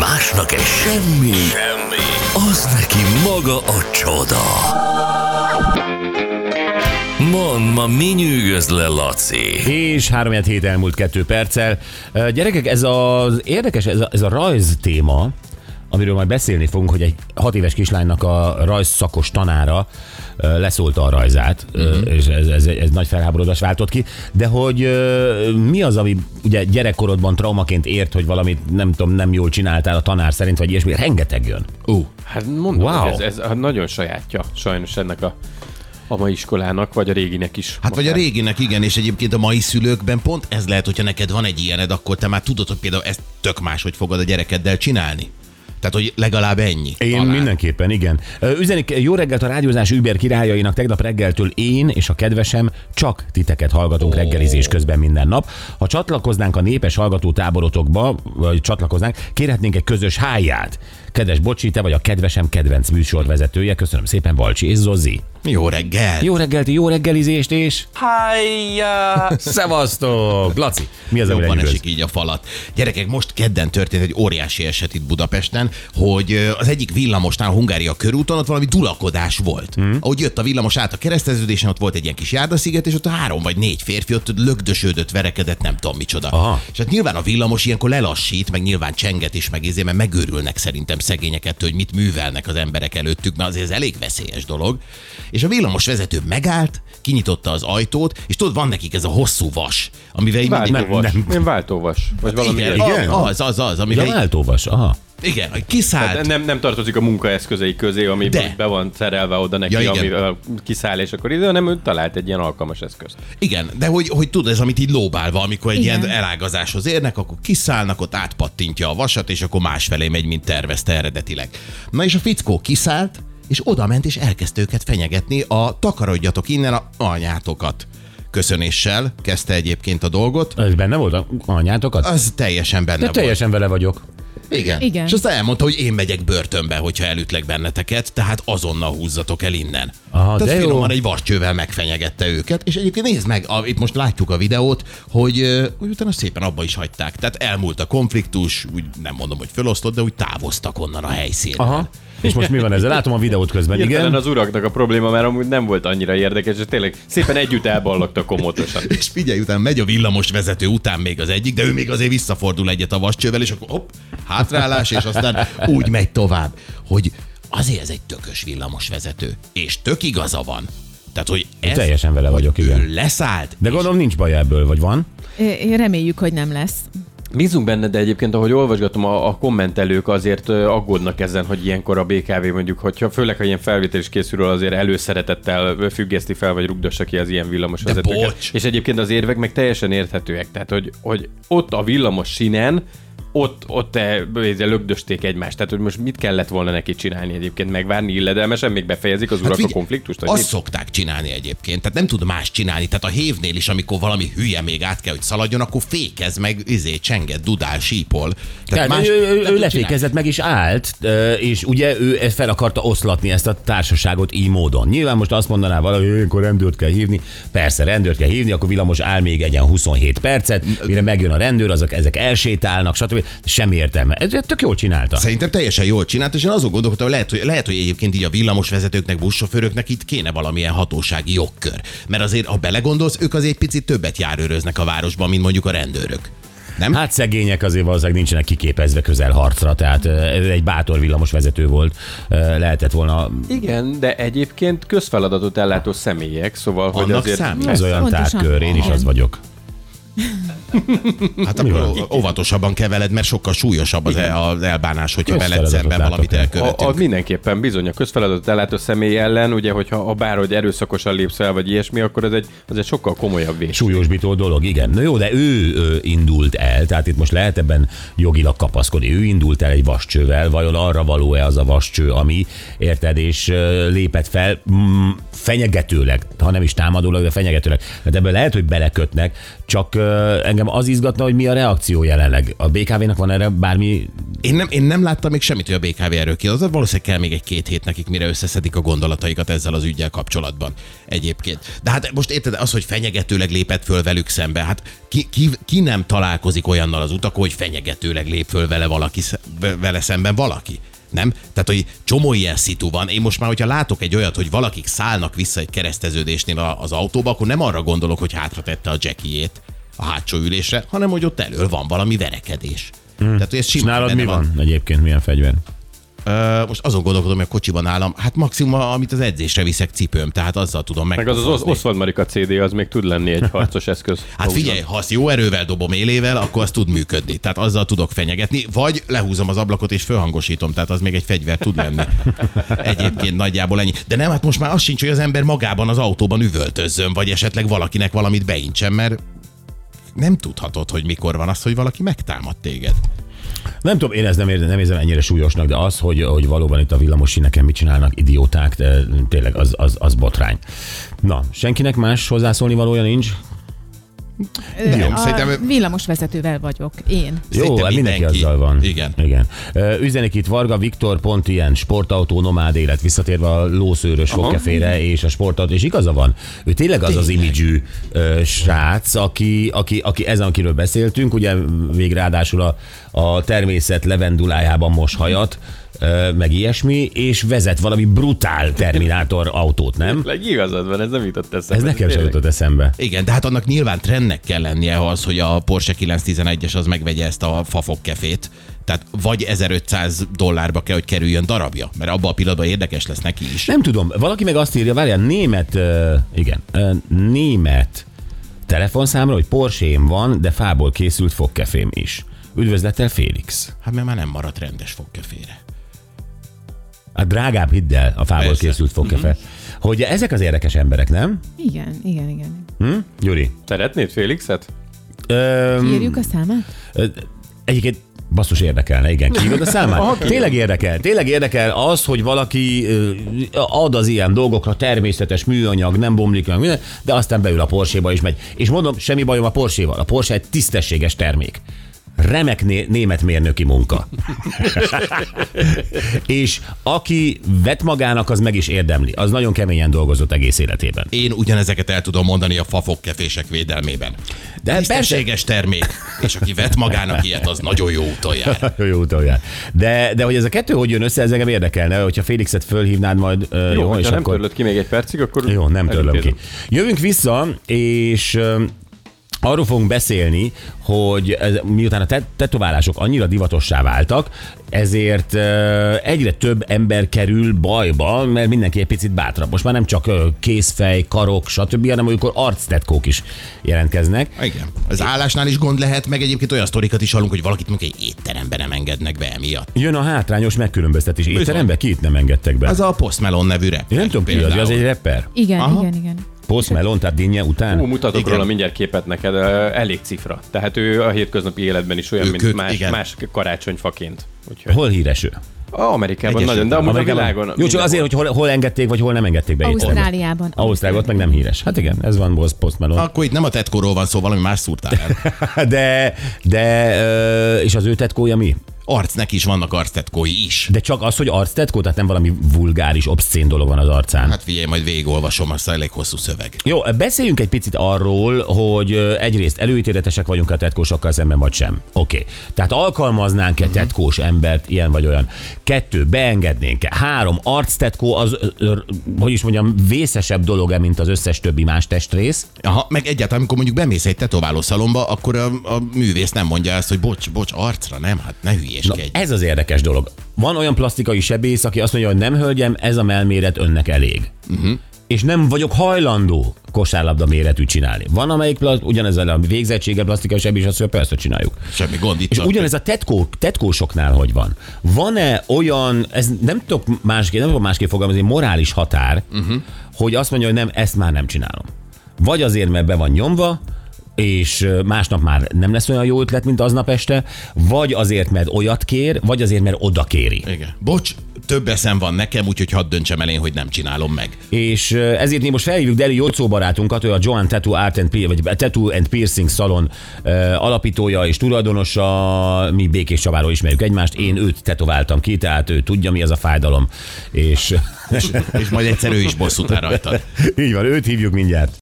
Másnak egy semmi, az neki maga a csoda. Mondd, ma mi nyűgöz le, Laci? És 3-7 elmúlt 2 perccel. Gyerekek, ez az érdekes, ez a rajz téma, amiről majd beszélni fogunk, hogy egy 6 éves kislánynak a rajzszakos tanára leszólta a rajzát, és ez nagy felháborodást váltott ki, de hogy mi az, ami ugye gyerekkorodban traumaként ért, hogy valamit nem jól csináltál a tanár szerint, vagy ilyesmi, rengeteg jön. Hát mondom, hogy ez nagyon sajátja sajnos ennek a mai iskolának, vagy a réginek is. Hát vagy a réginek, igen, és egyébként a mai szülőkben pont ez lehet, hogyha neked van egy ilyened, akkor te már tudod, hogy például ezt tök máshogy fogod a gyerekeddel csinálni. Tehát, hogy legalább ennyi. Én talán. Mindenképpen, igen. Üzenik, jó reggelt a rádiózás Uber királyainak, tegnap reggeltől én és a kedvesem csak titeket hallgatunk reggelizés közben minden nap. Ha csatlakoznánk a népes hallgató táborotokba, vagy csatlakoznánk, kérhetnénk egy közös háját. Kedves Bocsi, te vagy a kedvesem kedvenc műsorvezetője. Köszönöm szépen, Valcsi és Zozzi. Jó reggel! Jó reggelt, jó reggelizést és... Hájjá! Szevasztok! Laci, mi az, amire Jobban nyűgöz? esik így a falat. Gyerekek, most kedden történt egy óriási eset itt Budapesten, hogy az egyik villamosnál, a Hungária körúton ott valami dulakodás volt. Ahogy jött a villamos át a kereszteződésen, ott volt egy ilyen kis járdasziget, és ott a 3 vagy 4 férfi ott lögdösödött, verekedett, nem tudom micsoda. Aha. És hát nyilván a villamos ilyenkor lelassít, meg nyilván csenget is, meg mert megőrülnek szerintem szegényeket, hogy mit művelnek az emberek előttük, mert azért ez elég veszélyes dolog. És a villamos vezető megállt, kinyitotta az ajtót, és tudod, van nekik ez a hosszú vas, amivel így Én váltóvas. Vagy valami igen, ilyesmi. igen? Az, amivel Ja, váltóvas, aha. igen, kiszállt. Nem tartozik a munkaeszközei közé, ami be van szerelve oda neki, amivel kiszáll, és akkor ide, hanem ő talált egy ilyen alkalmas eszközt. Igen, de hogy tudod, ez amit így lóbálva, amikor egy ilyen elágazáshoz érnek, akkor kiszállnak, ott átpattintja a vasat, és akkor másfelé megy, mint tervezte eredetileg. Na és a fickó kiszállt, és odament, és elkezdte őket fenyegetni a takarodjatok innen a anyátokat. Köszönéssel kezdte egyébként a dolgot. Ez benne volt a anyátokat? Az teljesen benne De volt. teljesen vele vagyok. Igen. És aztán elmondta, hogy én megyek börtönbe, hogyha elütlek benneteket, tehát azonnal húzzatok el innen. Aha, tehát de jó. finoman egy vascsővel megfenyegette őket, és egyébként nézd meg, itt most látjuk a videót, hogy utána szépen abba is hagyták. Tehát elmúlt a konfliktus, úgy nem mondom, hogy fölosztott, de úgy távoztak onnan a helyszínről. Aha. És most mi van ezzel? Látom a videót közben, Hirtelen igen. az uraknak a probléma már amúgy nem volt annyira érdekes, és tényleg szépen együtt elballagtak komótosan. És figyelj, utána megy a villamos vezető után még az egyik, de ő még azért visszafordul egyet a vascsővel, és akkor hopp, hátrálás, és aztán úgy megy tovább, hogy azért ez egy tökös villamos vezető, és tök igaza van. Tehát, hogy ez, Teljesen vele vagyok, igen. ő leszállt. De gondolom nincs baj ebből, vagy van? Reméljük, hogy nem lesz. Bízunk benne, de egyébként, ahogy olvasgatom, a kommentelők azért aggódnak ezen, hogy ilyenkor a BKV mondjuk, hogyha főleg, ha ilyen felvétel is készül, azért előszeretettel függeszti fel, vagy rugdossa ki az ilyen villamos vezetőket. És egyébként az érvek meg teljesen érthetőek. Tehát, hogy ott a villamos sínen, ott lögdösték egymást. Tehát, hogy most mit kellett volna neki csinálni egyébként? Megvárni illedelmesen, még befejezik az urak a konfliktust? Azt szokták csinálni egyébként, tehát nem tud más csinálni. Tehát a hévnél is, amikor valami hülye még át kell, hogy szaladjon, akkor fékez meg, csenget, dudál, sípol. Tehát ő lefékezett meg is állt, és ugye ő ezt fel akarta oszlatni ezt a társaságot így módon. Nyilván most azt mondaná valaki, hogy akkor rendőrt kell hívni. Persze, rendőrt kell hívni, akkor villamos áll még egyen 27 percet, mire megjön a rendőr, ezek elsétálnak, stb. Semmi értelme. Ez tök jól csinálta. Szerintem teljesen jól csinált, és én azon gondolkodtam, hogy lehet, hogy egyébként így a villamosvezetőknek, buszsofőröknek itt kéne valamilyen hatósági jogkör. Mert azért, ha belegondolsz, ők azért egy picit többet járőröznek a városban, mint mondjuk a rendőrök. Nem? Hát szegények azért valószínűleg nincsenek kiképezve közelharcra, tehát ez egy bátor villamosvezető volt, lehetett volna... Igen, de egyébként közfeladatot ellátó személyek, szóval, hogy Annak azért... számít. Ez olyan Pontosan. tárkör, én is az vagyok. Hát akkor óvatosabban kell veled, mert sokkal súlyosabb az elbánás, hogyha veled Közfeladatot szemben valamit látok el. elkövetünk. Mindenképpen bizony a közfeladatot ellátó személy ellen, ugye, hogyha bárhogy erőszakosan lépsz el, vagy ilyesmi, akkor ez egy sokkal komolyabb vés. Súlyosbító dolog, igen. Na jó, de ő indult el, tehát itt most lehet ebben jogilag kapaszkodni. Ő indult el egy vascsővel, vajon arra való-e az a vascső, ami, érted, és lépett fel fenyegetőleg, ha nem is támadólag, de fenyegetőleg. Mert ebből lehet, hogy belekötnek, csak engem az izgatna, hogy mi a reakció jelenleg. A BKV-nak van erre bármi Én nem láttam még semmit, hogy a BKV erről kiadott. Valószínűleg kell még 1-2 hét nekik, mire összeszedik a gondolataikat ezzel az üggyel kapcsolatban egyébként. De hát most érted, az, hogy fenyegetőleg lépett föl velük szembe, hát ki nem találkozik olyannal az utakon, hogy fenyegetőleg lép föl vele szemben valaki? Nem? Tehát, hogy csomó ilyen szitu van. Én most már, hogyha látok egy olyat, hogy valakik szállnak vissza egy kereszteződésnél az autóba, akkor nem arra gondolok, hogy hátra tette a jackiét a hátsó ülésre, hanem hogy ott elől van valami verekedés. Tehát, hogy ez És nálad mi van egyébként, milyen fegyver? Most azon gondolkodom, hogy a kocsiban állam, hát maximum, amit az edzésre viszek, cipőm, tehát azzal tudom meg az Oswald Marika CD, az még tud lenni egy harcos eszköz. Hát figyelj, ha azt jó erővel dobom élével, akkor az tud működni. Tehát azzal tudok fenyegetni, vagy lehúzom az ablakot és fölhangosítom, tehát az még egy fegyver tud lenni. Egyébként nagyjából ennyi. De nem, hát most már az sincs, hogy az ember magában az autóban üvöltözzön, vagy esetleg valakinek valamit beincsen, mert nem tudhatod, hogy mikor van az, hogy valaki megtámad téged. Nem tudom, én ezt nem érzem ennyire súlyosnak, de az, hogy valóban itt a villamos síneken mit csinálnak idióták, de tényleg az botrány. Na, senkinek más hozzászólni valója nincs? Villamos vezetővel vagyok, én. Jó, hát mindenki azzal van. Igen. Üzenik itt Varga Viktor, pont ilyen sportautó, nomád élet, visszatérve a lószőrös fogkefére és a sportautó, és igaza van. Ő tényleg az imidzsű srác, aki ezen, akiről beszéltünk, ugye végre ráadásul a természet levendulájában mos hajat, meg ilyesmi, és vezet valami brutál Terminátor autót, nem? Igazad van, ez nem jutott eszembe. Ez nekem sem jutott eszembe. Igen, de hát annak nyilván trendnek kell lennie az, hogy a Porsche 911-es az megvegye ezt a fafogkefét. Tehát vagy $1500 kell, hogy kerüljön darabja, mert abban a pillanatban érdekes lesz neki is. Nem tudom, valaki meg azt írja, várjál, német telefonszámra, hogy Porsche-m van, de fából készült fogkefém is. Üdvözlettel, Félix. Hát mert már nem maradt rendes fogkefére. A drágább, hidd el, a fából készült fogkefe. Hogy ezek az érdekes emberek, nem? Igen. Gyuri? Szeretnéd Félixet? Kérjük a számát? Egyébként basszus érdekelne, igen. Kiírod a számát? Tényleg érdekel az, hogy valaki ad az ilyen dolgokra, természetes műanyag, nem bomlik meg minden, de aztán beül a Porsche-ba is megy. És mondom, semmi bajom a Porsche-val. A Porsche egy tisztességes termék. Remek német mérnöki munka. És aki vet magának, az meg is érdemli. Az nagyon keményen dolgozott egész életében. Én ugyanezeket el tudom mondani a fafogkefések védelmében. De tisztességes termék, és aki vet magának ilyet, az nagyon jó úton jár. Jó úton jár. De hogy ez a kettő hogy jön össze, ez engem érdekelne, hogyha Félixet fölhívnád majd. Jó, és nem akkor... törlöd ki még egy percig, akkor... Jó, nem törlöm ki. Jövünk vissza, és... arról fogunk beszélni, hogy miután a tetoválások annyira divatossá váltak, ezért egyre több ember kerül bajba, mert mindenki egy picit bátrabb. Most már nem csak kézfej, karok, stb., hanem olykor arctetkók is jelentkeznek. Igen. Az állásnál is gond lehet, meg egyébként olyan sztorikat is hallunk, hogy valakit mondjuk egy étteremben nem engednek be emiatt. Jön a hátrányos megkülönböztetés. Étteremben ki itt nem engedtek be? Az a Post Malone nevű rapper. Én nem tudom ki az egy rapper? Igen. Post Malone, tehát dinnye után? Mutatok róla mindjárt képet neked, elég cifra. Tehát ő a hétköznapi életben is olyan, mint más karácsonyfaként. Úgyhogy... Hol híres ő? Amerikában nagyon, de amúgy a világon... Jó, csak azért, hogy hol engedték, vagy hol nem engedték be. Ausztráliában. Ausztráliában meg nem híres. Hát igen, ez van Post Malone. Akkor itt nem a tetkóról van szó, valami más szúrtál el. És az ő tetkója mi? Arcnek is vannak arctetkói is. De csak az, hogy arctetkó, tehát nem valami vulgáris, obszcén dolog van az arcán. Hát figyelj, majd végigolvasom, azt elég hosszú szöveg. Jó, beszéljünk egy picit arról, hogy egyrészt előítéletesek vagyunk a tetkósokkal szemben, vagy sem. Oké. Tehát alkalmaznánk-e tetkós embert, ilyen vagy olyan? 2, beengednénk-e? 3, arctetkó az, hogy is mondjam, vészesebb dolog-e, mint az összes többi más testrész? Aha, meg egyáltalán, amikor mondjuk bemész egy tetoválószalomba, akkor a művész nem mondja ezt, hogy bocs, arcra, nem, hát ne hülyeskedj. Ez az érdekes dolog. Van olyan plastikai sebész, aki azt mondja, hogy nem hölgyem, ez a mellméret önnek elég. És nem vagyok hajlandó kosárlabda méretűt csinálni. Van, amelyik ugyanezzel a végzettséggel plastikai sebész, azt mondja, persze csináljuk. Semmi gond itt. És ugyanez a tetkósoknál hogy van? Van-e olyan, ez nem tudok másképp fogalmazni, morális határ, hogy azt mondja, hogy nem, ezt már nem csinálom. Vagy azért, mert be van nyomva, és másnap már nem lesz olyan jó ötlet, mint aznap este, vagy azért, mert olyat kér, vagy azért, mert oda kéri. Igen. Bocs, több eszem van nekem, úgyhogy hadd döntsem el én, hogy nem csinálom meg. És ezért mi most felhívjuk Deli Jocó barátunkat, ő a Joan Tattoo Art vagy Tattoo and Piercing Salon alapítója és tulajdonosa. Mi Békés Csabáról ismerjük egymást, én őt tetováltam ki, tehát ő tudja, mi az a fájdalom. És És majd egyszer ő is bosszút áll rajtad. így van, őt hívjuk mindjárt.